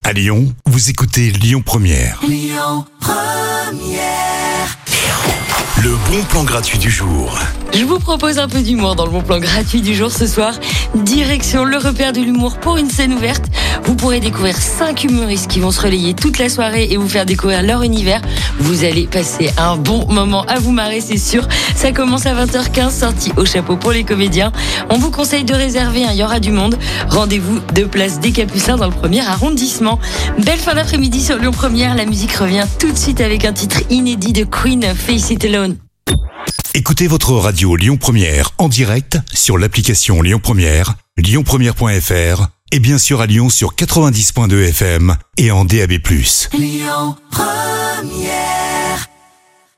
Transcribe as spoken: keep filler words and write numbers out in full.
À Lyon, vous écoutez Lyon Première. Lyon Première. Le bon plan gratuit du jour. Je vous propose un peu d'humour dans le bon plan gratuit du jour ce soir. Direction le repère de l'humour pour une scène ouverte. Vous pourrez découvrir cinq humoristes qui vont se relayer toute la soirée et vous faire découvrir leur univers. Vous allez passer un bon moment à vous marrer, c'est sûr. Ça commence à vingt heures quinze, sortie au chapeau pour les comédiens. On vous conseille de réserver, il y aura du monde. Rendez-vous de place des Capucins dans le premier arrondissement. Belle fin d'après-midi sur Lyon Première. La musique revient tout de suite avec un titre inédit de Queen, Face It Alone. Écoutez votre radio Lyon Première en direct sur l'application Lyon Première, lyon première point f r et bien sûr à Lyon sur quatre-vingt-dix point deux F M et en D A B plus. Lyon Première.